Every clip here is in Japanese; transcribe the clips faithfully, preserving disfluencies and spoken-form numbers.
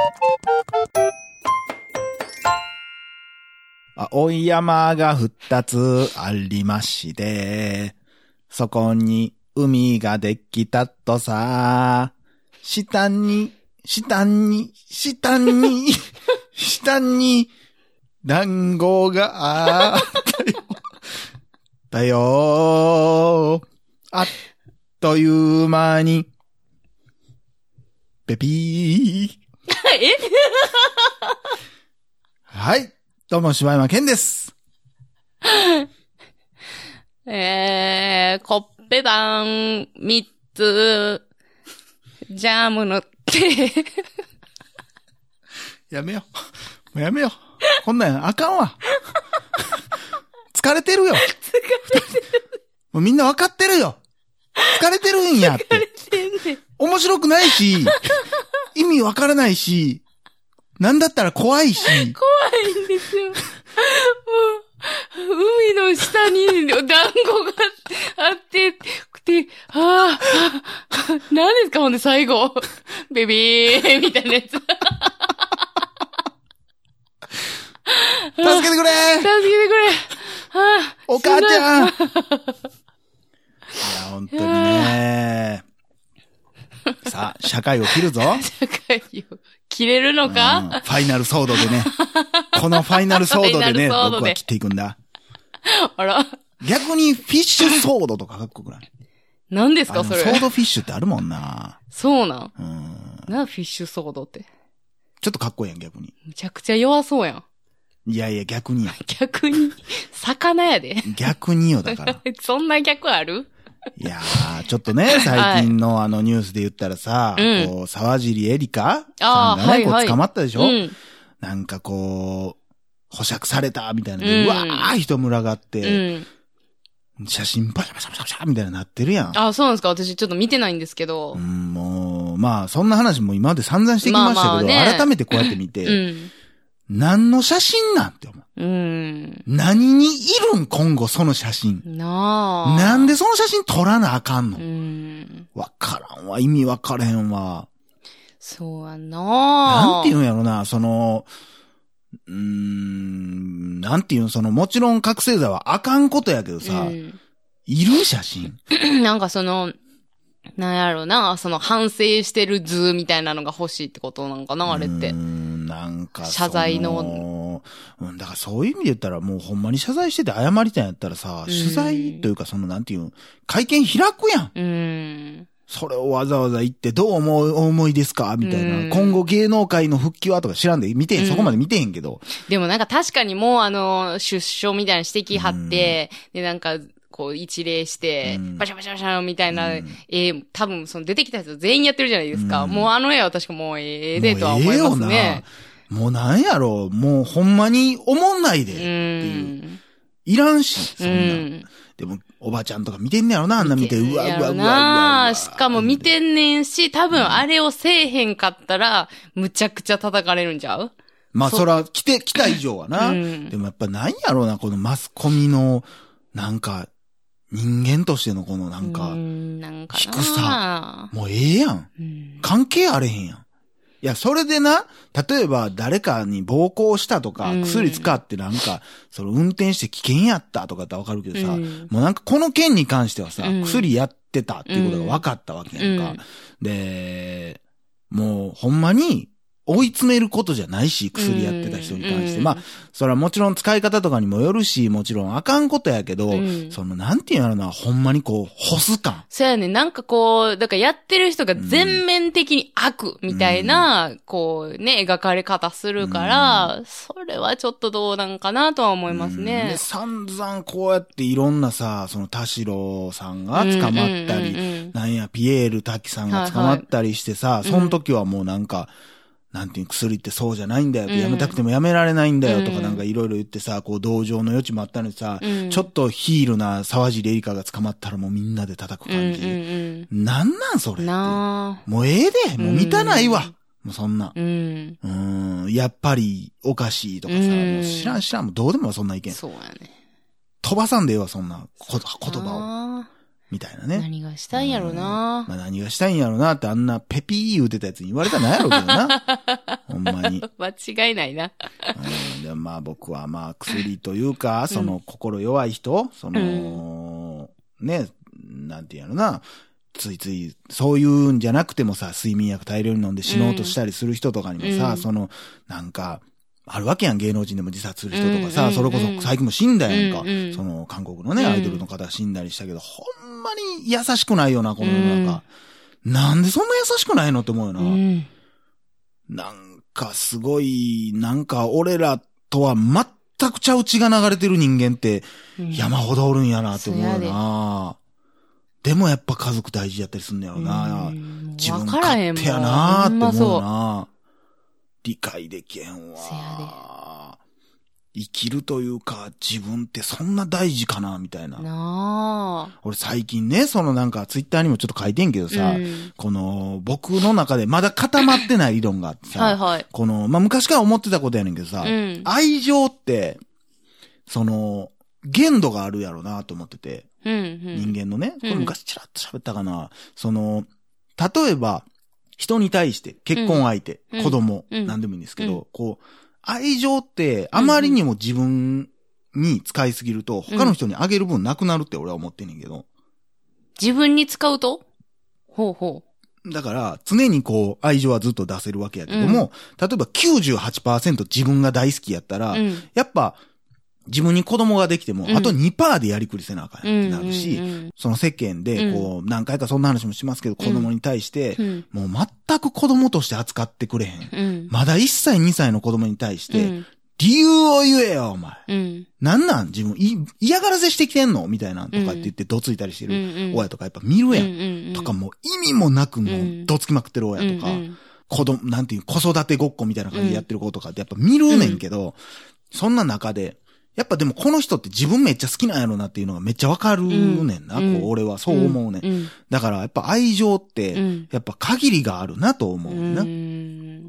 青い山が二つありまして、そこに海ができたとさ、下に、下に、下に、下に、団子があったよ。だよ。あっという間に、ベビー。 えはい。どうも、柴山健です。 えー、コッペパン三つ、ジャム塗って。 やめよ。もうやめよ。こんなんあかんわ。疲れてるよ。疲れてる。もうみんなわかってるよ。疲れてるんやって。疲れてんねん。面白くないし、意味わからないし、なんだったら怖いし。怖いんですよ。もう、海の下に団子があって、で、はぁ、あ、何ですかほんで最後。ベビーみたいなやつ。助けてくれ助けてくれはぁ、 お母ちゃんいや、本当にね。さあ、社会を切るぞ。 社会を切れるのか、うん、 ファイナルソードでね。このファイナルソードでね、僕は切っていくんだ。 あら。 逆にフィッシュソードとかかっこよくない？ 何ですかそれ。 ソードフィッシュってあるもんな。 そうなん。 うん。 な、フィッシュソードって。 ちょっとかっこいいやん、逆に。 むちゃくちゃ弱そうやん。 いやいや、逆にや。 逆に、魚やで。 逆によ、だから。 そんな逆ある？ いやー、ちょっとね、最近のあのニュースで言ったらさ、はい、こう、沢尻エリカさんがね、はいはい、こう捕まったでしょ、うん、なんかこう、保釈されたみたいなで、うん、うわー人群がって、うん、写真パシャパシャパシャパシャみたいななってるやん。 あ、そうなんですか。私ちょっと見てないんですけど。 うん、もう、まあ、そんな話も今まで散々してきましたけど、まあまあね、改めてこうやって見て、うん、何の写真なんて思う。うん、何にいるん今後その写真。 なあ。 なんでその写真撮らなあかんの？うん、わからんわ、意味わからへんわ。 そうやな。 なんて言うんやろな、その、うーん、なんて言うん、その、もちろん覚醒剤はあかんことやけどさ、うん、いる写真。 なんかその、なんやろな、その反省してる図みたいなのが欲しいってことなんかな、あれって。 うーん、なんか謝罪の。 うん、だからそういう意味で言ったらもうほんまに謝罪してて謝りたいんやったらさ、取材というかそのなんていう、会見開くやん。うん。それをわざわざ言ってどう思う、お思いですかみたいな。今後芸能界の復帰はとか知らんで見てへん、そこまで見てへんけど。 でもなんか確かにもうあの、出所みたいな指摘貼って、でなんか、こう一礼して、パシャパシャパシャみたいな、うん、絵、多分その出てきた人全員やってるじゃないですか。うん、もうあの絵は確かもうええでとは思いますね。 もうなんやろう、もうほんまに思んないでっていう。うん、いらんし、そんな。うん、でも、おばちゃんとか見てんねやろな、あんな見て、うわうわうわうわうわ。 しかも見てんねんし、多分あれをせえへんかったら、むちゃくちゃ叩かれるんちゃう？ まあ、そら、来て、来た以上はな。うん、でもやっぱなんやろうな、このマスコミの、なんか、人間としてのこのなんか、低さ。もうええやん。関係あれへんやん。いや、それでな、例えば誰かに暴行したとか、薬使ってなんか、その運転して危険やったとかってわかるけどさ、もうなんかこの件に関してはさ、薬やってたっていうことが分かったわけやんか。で、もうほんまに、追い詰めることじゃないし、薬やってた人に関して。まあ、それはもちろん使い方とかにもよるし、もちろんあかんことやけど、うん、その、なんていうのな、ほんまにこう、干す感。 そうやね。なんかこう、だからやってる人が全面的に悪みたいな、うん、こうね、描かれ方するから、うん、それはちょっとどうなんかなとは思いますね。 うん、で、散々こうやっていろんなさ、その田代さんが捕まったり、うんうんうんうん、なんや、ピエール滝さんが捕まったりしてさ、はいはい、その時はもうなんか、なんていう薬ってそうじゃないんだよ、うん、やめたくてもやめられないんだよとかなんかいろいろ言ってさ、こう同情の余地もあったのにさ、うん、ちょっとヒールな沢尻エリカが捕まったらもうみんなで叩く感じ。うんうんうん、なんなんそれって。なもうええで、もう満たないわ。うん、もうそんな。うん。うん。やっぱりおかしいとかさ、うん、もう知らん知らん、もうどうでもそんな意見。 そうやね。 飛ばさんでええわ、そんなこ言葉を。 みたいなね。 何がしたいんやろな、 まあ何がしたいんやろなってあんなペピー言うてたやつに言われたらなんやろうけどな。ほんまに。 間違いないな。 うん、でまあ僕はまあ薬というか、その心弱い人、その、うん、ね、なんていうのな、ついつい、そういうんじゃなくてもさ、睡眠薬大量に飲んで死のうとしたりする人とかにもさ、うん、その、なんか、あるわけやん、芸能人でも自殺する人とかさ、うんうんうん、それこそ最近も死んだやんか、うんうん、その韓国のね、アイドルの方が死んだりしたけど、ほんまに優しくないよな、この世の中。うん、なんでそんな優しくないのって思うよな。うん、なんかすごい、なんか俺らとは全くちゃう血が流れてる人間って山ほどおるんやなって思うよな。うん、でもやっぱ家族大事やったりすんのやろな。うん、自分勝手やなって思うな。理解できへんわ。生きるというか、自分ってそんな大事かなみたいな。 なあ。 俺最近ね、そのなんかツイッターにもちょっと書いてんけどさ、うん、この僕の中でまだ固まってない理論があってさ、はいはい、この、まあ、昔から思ってたことやねんけどさ、うん、愛情って、その、限度があるやろなと思ってて、うんうん、人間のね、これ昔ちらっと喋ったかな、うん、その、例えば、人に対して、結婚相手、うん、子供、うん、何でもいいんですけど、うん、こう、愛情ってあまりにも自分に使いすぎると、他の人にあげる分なくなるって俺は思ってんねんけど。 自分に使うと？ほうほう。だから、常にこう、愛情はずっと出せるわけやけども、うん、例えば きゅうじゅうはちパーセント 自分が大好きやったら、うん、やっぱ、自分に子供ができても、うん、あと にパーセント でやりくりせなあかんってなるし、うんうんうん、その世間で、こう、うん、何回かそんな話もしますけど、子供に対して、うん、もう全く子供として扱ってくれへん。うん、まだいっさい、にさいの子供に対して、うん、理由を言えよ、お前。うん、なんなん自分、い、嫌がらせしてきてんのみたいなとかって言って、どついたりしてる親とかやっぱ見るやん。うんうんうん、とかもう意味もなくもう、どつきまくってる親とか、うんうん、子供、なんていう、子育てごっこみたいな感じでやってる子とかってやっぱ見るねんけど、うん、そんな中で、やっぱでもこの人って自分めっちゃ好きなんやろなっていうのがめっちゃわかるねんな、うん、こう俺はそう思うねん、うん、だからやっぱ愛情って、やっぱ限りがあるなと思うねんな。うん、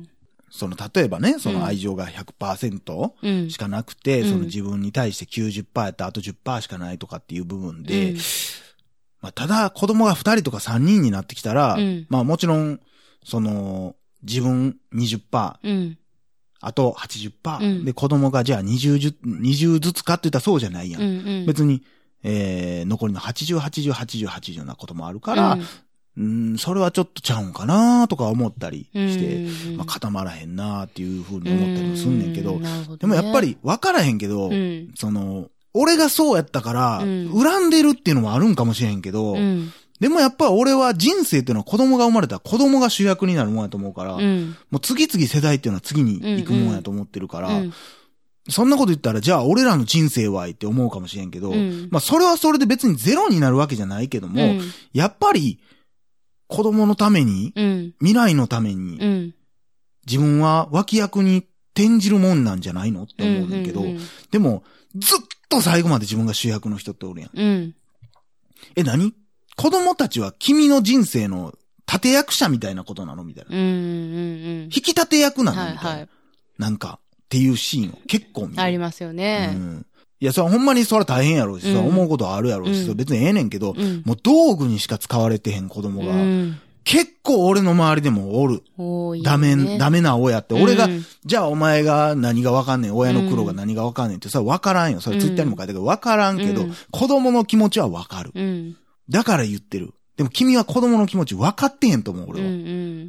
その例えばね、その愛情が ひゃくパーセント しかなくて、うん、その自分に対して きゅうじゅっパーセント やったらあと じゅっパーセント しかないとかっていう部分で、うん、まあただ子供がふたりとかさんにんになってきたら、うん、まあもちろん、その自分 にじゅっパーセント、うんあと はちじゅっパーセント、うん、で子供がじゃあにじゅう、にじゅうずつかって言ったらそうじゃないやん。うんうん、別に、えー、残りのはちじゅう、はちじゅう、はちじゅう、はちじゅうなこともあるから、うん、んそれはちょっとちゃうんかなとか思ったりして、うんまあ、固まらへんなっていうふうに思ったりもすんねんけど、うんね、でもやっぱり分からへんけど、うん、その、俺がそうやったから、恨んでるっていうのもあるんかもしれへんけど、うんでもやっぱり俺は人生っていうのは子供が生まれたら子供が主役になるもんやと思うから、うん、もう次々世代っていうのは次に行くもんやと思ってるから、うんうん、そんなこと言ったらじゃあ俺らの人生はって思うかもしれんけど、うん、まあそれはそれで別にゼロになるわけじゃないけども、うん、やっぱり子供のために、うん、未来のために、うん、自分は脇役に転じるもんなんじゃないのって思うねんけど、うんうんうん、でもずっと最後まで自分が主役の人っておるやん。うん、え、何子供たちは君の人生の立役者みたいなことなのみたいな。うんうんうん、引き立て役なの、はいはい、みたいな。なんか、っていうシーンを結構見る。 ありますよね。 うん。いや、それほんまにそれは大変やろうし、うん、思うことあるやろうし、うん、別にええねんけど、うん、もう道具にしか使われてへん子供が、うん、結構俺の周りでもおる。多いね。ダメ、ダメな親って。俺が、うん、じゃあお前が何がわかんねん、親の苦労が何がわかんねんって、それわからんよ。それツイッターにも書いたけど、わからんけど、うん、子供の気持ちはわかる。うんだから言ってる。でも君は子供の気持ち分かってへんと思う、俺は。うんうん、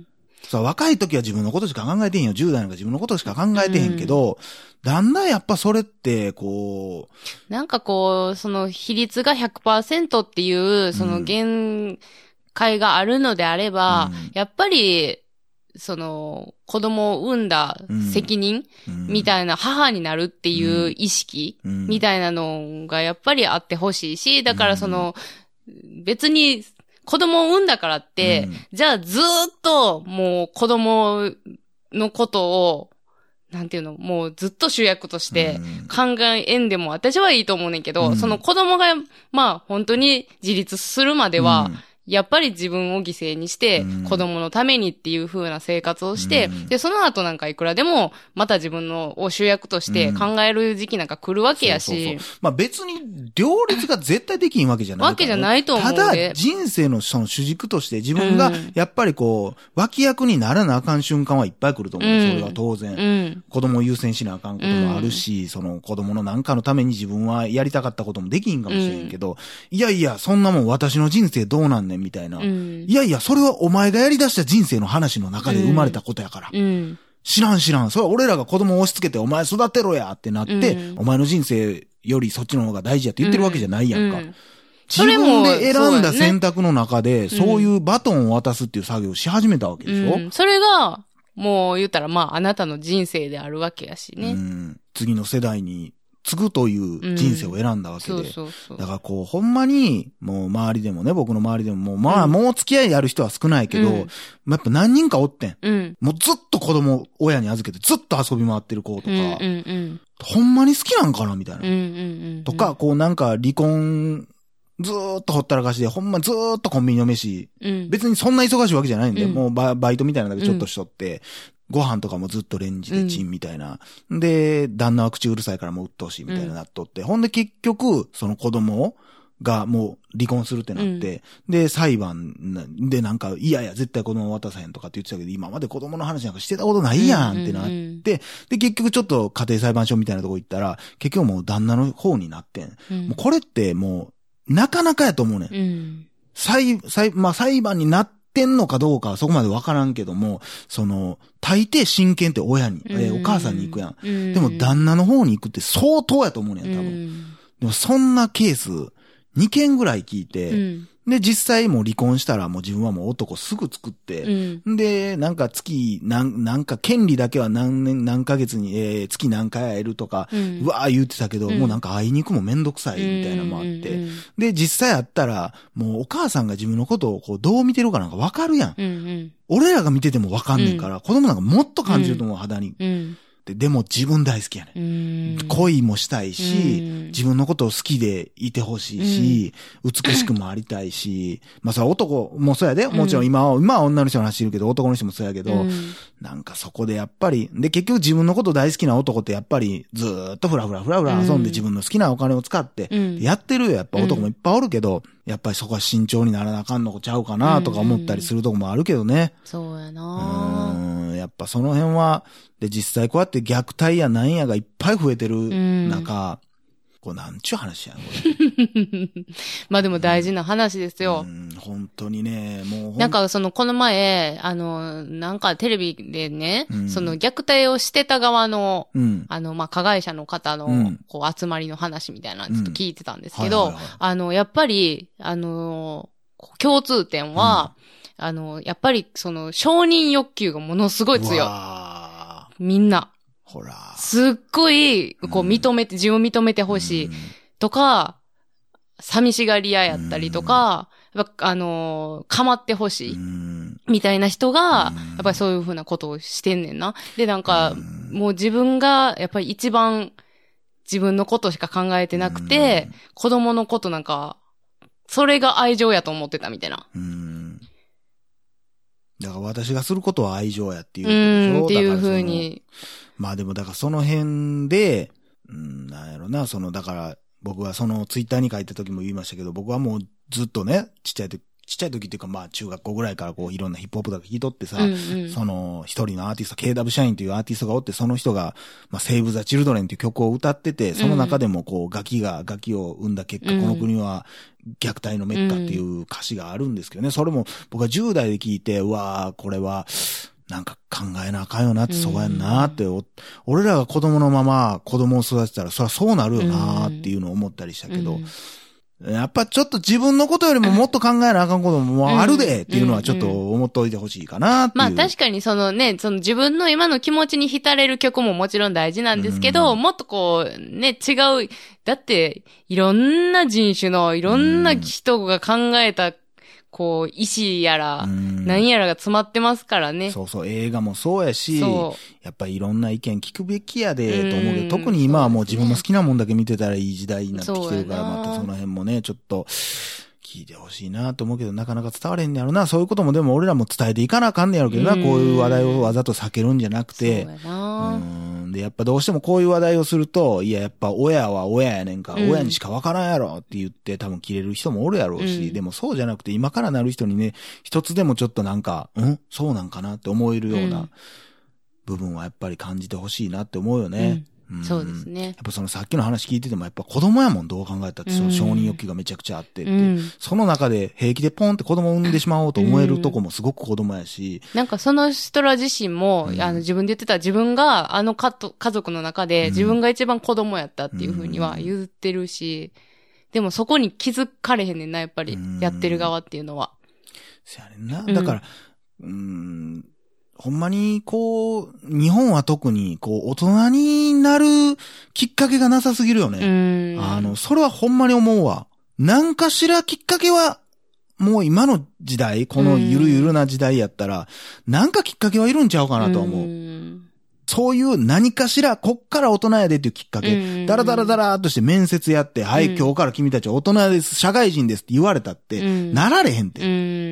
さあ若い時は自分のことしか考えてへんよ。じゅう代なんか自分のことしか考えてへんけど、うん、だんだんやっぱそれって、こう。なんかこう、その比率が ひゃくパーセント っていう、その限界があるのであれば、うん、やっぱり、その、子供を産んだ責任、うん、みたいな母になるっていう意識、うん、みたいなのがやっぱりあってほしいし、だからその、別に子供を産んだからって、うん、じゃあずーっともう子供のことを、なんていうの、もうずっと主役として考えんでも私はいいと思うねんけど、うん、その子供が、まあ本当に自立するまでは、 やっぱり自分を犠牲にして、うん、子供のためにっていう風な生活をして、うん、で、その後なんかいくらでも、また自分のを主役として考える時期なんか来るわけやし。うん、そうそうそう。 まあ別に両立が絶対できんわけじゃないから、ね。 わけじゃないと思う。 ただ、人生のその主軸として自分が、やっぱりこう、脇役にならなあかん瞬間はいっぱい来ると思う。うん、それは当然、うん。子供を優先しなあかんこともあるし、うん、その子供のなんかのために自分はやりたかったこともできんかもしれんけど、うん、いやいや、そんなもん私の人生どうなんねんみたいな。うん、いやいや、それはお前がやり出した人生の話の中で生まれたことやから。うん、知らん知らん。それは俺らが子供を押し付けてお前育てろやってなって、うん、お前の人生よりそっちの方が大事やって言ってるわけじゃないやんか。うんうん、自分で選んだ選択の中で、そういうバトンを渡すっていう作業をし始めたわけでしょ、うん、 それが、もう言ったらまああなたの人生であるわけやしね。うん、 次の世代に継ぐという人生を選んだわけで。うん、そうそうそう。だからこう、ほんまに、もう周りでもね、僕の周りでももう、まあ、うん、もう付き合いある人は少ないけど、うん、やっぱ何人かおってん。うん、もうずっと子供、親に預けてずっと遊び回ってる子とか、うんうんうん、ほんまに好きなんかなみたいな、うんうんうんうん。とか、こうなんか離婚、ずーっとほったらかしで、ほんまずーっとコンビニの飯、うん、別にそんな忙しいわけじゃないんで、うん、もうバ、バイトみたいなのだけちょっとしとって、うん、ご飯とかもずっとレンジでチンみたいな、うん。で、旦那は口うるさいからもう鬱陶しいみたいななっとって、うん、ほんで結局、その子供がもう離婚するってなって、うん、で、裁判でなんか、いやいや、絶対子供渡さへんとかって言ってたけど、今まで子供の話なんかしてたことないやんってなって、うんうんうん、で、結局ちょっと家庭裁判所みたいなとこ行ったら、結局もう旦那の方になってん。うん、もうこれってもう、なかなかやと思うねん。うん、裁、裁、まあ、裁判になってんのかどうかはそこまでわからんけども、その、大抵親権って親に、うん、えー、お母さんに行くやん、うん。でも旦那の方に行くって相当やと思うねん、多分。うん、でもそんなケース、にけんぐらい聞いて、うん、で、実際もう離婚したらもう自分はもう男すぐ作って、うん、で、なんか月、なん、なんか権利だけは何年、何ヶ月に、えー、月何回会えるとか、うん、うわー言ってたけど、うん、もうなんか会いに行くもめんどくさいみたいなのもあって、うんうんうん、で、実際会ったら、もうお母さんが自分のことをこうどう見てるかなんかわかるやん。うんうん、俺らが見ててもわかんねんから、うん、子供なんかもっと感じると思う、肌に。うんうんで, でも自分大好きやねん。恋もしたいし、自分のことを好きでいてほしいし、美しくもありたいし、まあそれは男もそうやで、もちろん今は、今は女の人の話してるけど、男の人もそうやけど、なんかそこでやっぱり、で結局自分のこと大好きな男ってやっぱりずーっとフラフラフラフラ遊んで自分の好きなお金を使って、やってるよ。やっぱ男もいっぱいおるけど、やっぱりそこは慎重にならなあかんのちゃうかなとか思ったりするとこもあるけどね。 そうやなうん、やっぱその辺は、で、実際こうやって虐待やなんやがいっぱい増えてる中、うん、こうなんちゅう話やん、これ。 まあでも大事な話ですよ。 うん、本当にね、もう。 なんかその、この前、あの、なんかテレビでね、うん、その虐待をしてた側の、うん、あの、まあ、加害者の方の、うん、こう、集まりの話みたいなのちょっと聞いてたんですけど、あの、やっぱり、あの、共通点は、うん、あの、やっぱりその、承認欲求がものすごい強い。みんな。 ほら。 すっごい、こう認めて、うん、自分を認めてほしい。とか、寂しがり屋やったりとか、うん、やっぱあのー、構ってほしい。うん、みたいな人が、やっぱりそういうふうなことをしてんねんな。で、なんか、うん、もう自分が、やっぱり一番、自分のことしか考えてなくて、うん、子供のことなんか、それが愛情やと思ってたみたいな。うんだから私がすることは愛情やっていうことでしょ。 うん、っていう風に。 まあでもだからその辺で、うん、なんやろな、その、だから僕はそのツイッターに書いた時も言いましたけど、僕はもうずっとね、ちっちゃい時、ちっちゃい時っていうかまあ中学校ぐらいからこういろんなヒップホップとか聞いとってさ、うんうん、その一人のアーティスト、ケーダブル シャインというアーティストがおって、その人が、まあ、セーブ・ザ・チルドレンっていう曲を歌ってて、その中でもこうガキがガキを生んだ結果、うん、この国は虐待のメッカっていう歌詞があるんですけどね、それも僕はじゅう代で聞いて、うわー、これは、なんか考えなあかんよなって、そうやんなって、うん、俺らが子供のまま子供を育てたら、そりゃそうなるよなっていうのを思ったりしたけど、うんやっぱちょっと自分のことよりももっと考えなあかんこともあるでっていうのはちょっと思っておいてほしいかなっていう。 まあ確かにそのね、その自分の今の気持ちに浸れる曲ももちろん大事なんですけど、うん、もっとこうね、違う、だっていろんな人種のいろんな人が考えたこう、意志やら、何やらが詰まってますからね。 そうそう、映画もそうやし、やっぱりいろんな意見聞くべきやで、と思うけど、特に今はもう自分の好きなもんだけ見てたらいい時代になってきてるから、またその辺もね、ちょっと、気聞いてほしいなと思うけど、なかなか伝われへんねやろな。そういうこともでも俺らも伝えていかなあかんねやろうけどな、こういう話題をわざと避けるんじゃなくて。 そうやな。 うんで、やっぱどうしてもこういう話題をすると、いや、やっぱ親は親やねんか、うん、親にしかわからんやろって言って多分切れる人もおるやろうし、うん、でもそうじゃなくて今からなる人にね、一つでもちょっとなんか、うんそうなんかなって思えるような部分はやっぱり感じてほしいなって思うよね。うんうん、そうですね。 やっぱそのさっきの話聞いててもやっぱ子供やもんどう考えたって、その承認欲求がめちゃくちゃあってって、うん、その中で平気でポンって子供を産んでしまおうと思えるとこもすごく子供やし。 なんかその人ら自身も、うん、あの自分で言ってた自分があの家族の中で自分が一番子供やったっていうふうには言ってるし、でもそこに気づかれへんねんな、やっぱり、やってる側っていうのは。 そやねんな。だから、うーんほんまに、こう、日本は特に、こう、大人になるきっかけがなさすぎるよね。あの、それはほんまに思うわ。なんかしらきっかけは、もう今の時代、このゆるゆるな時代やったら、なんかきっかけはいるんちゃうかなと思う。うそういう何かしら、こっから大人やでっていうきっかけ、ダラダラダラーっとして面接やって、はい、今日から君たち大人です、社会人ですって言われたって、なられへんって、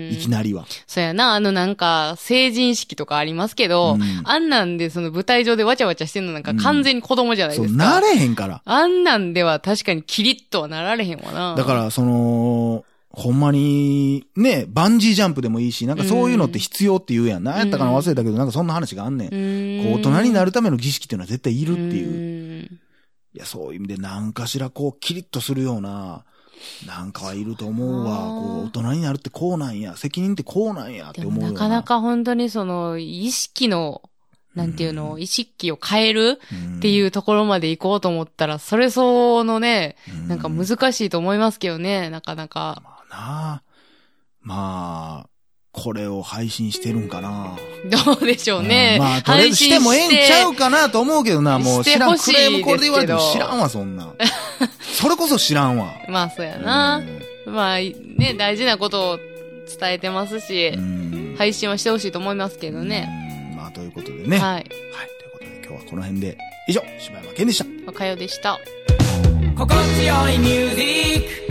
いきなりは。 そうやな、あのなんか、成人式とかありますけど、あんなんでその舞台上でわちゃわちゃしてるのなんか完全に子供じゃないですか。 そう、なれへんから。 あんなんでは確かにキリッとはなられへんわな。 だから、その、ほんまに、ね、バンジージャンプでもいいし、なんかそういうのって必要って言うやん。何やったかな忘れたけど、なんかそんな話があんねん。こう、大人になるための儀式っていうのは絶対いるっていう。いや、そういう意味で何かしらこう、キリッとするような、なんかはいると思うわ。こう、大人になるってこうなんや。責任ってこうなんやって思うよな。 なかなか本当にその、意識の、なんていうの、意識を変えるっていうところまで行こうと思ったら、それ相応のね、なんか難しいと思いますけどね、なかなか。 なあ。まあ、これを配信してるんかな。 どうでしょうね。 まあ、とりあえずしてもええんちゃうかなと思うけどな、もう知らん。クレームこれで言われても知らんわ、そんな。それこそ知らんわ。 まあ、そうやな。まあ、ね、大事なことを伝えてますし、配信はしてほしいと思いますけどね。 まあ、ということでね。はい。はい。ということで今日はこの辺で、以上、柴山健でした。 おかよでした。 心地よいミュージック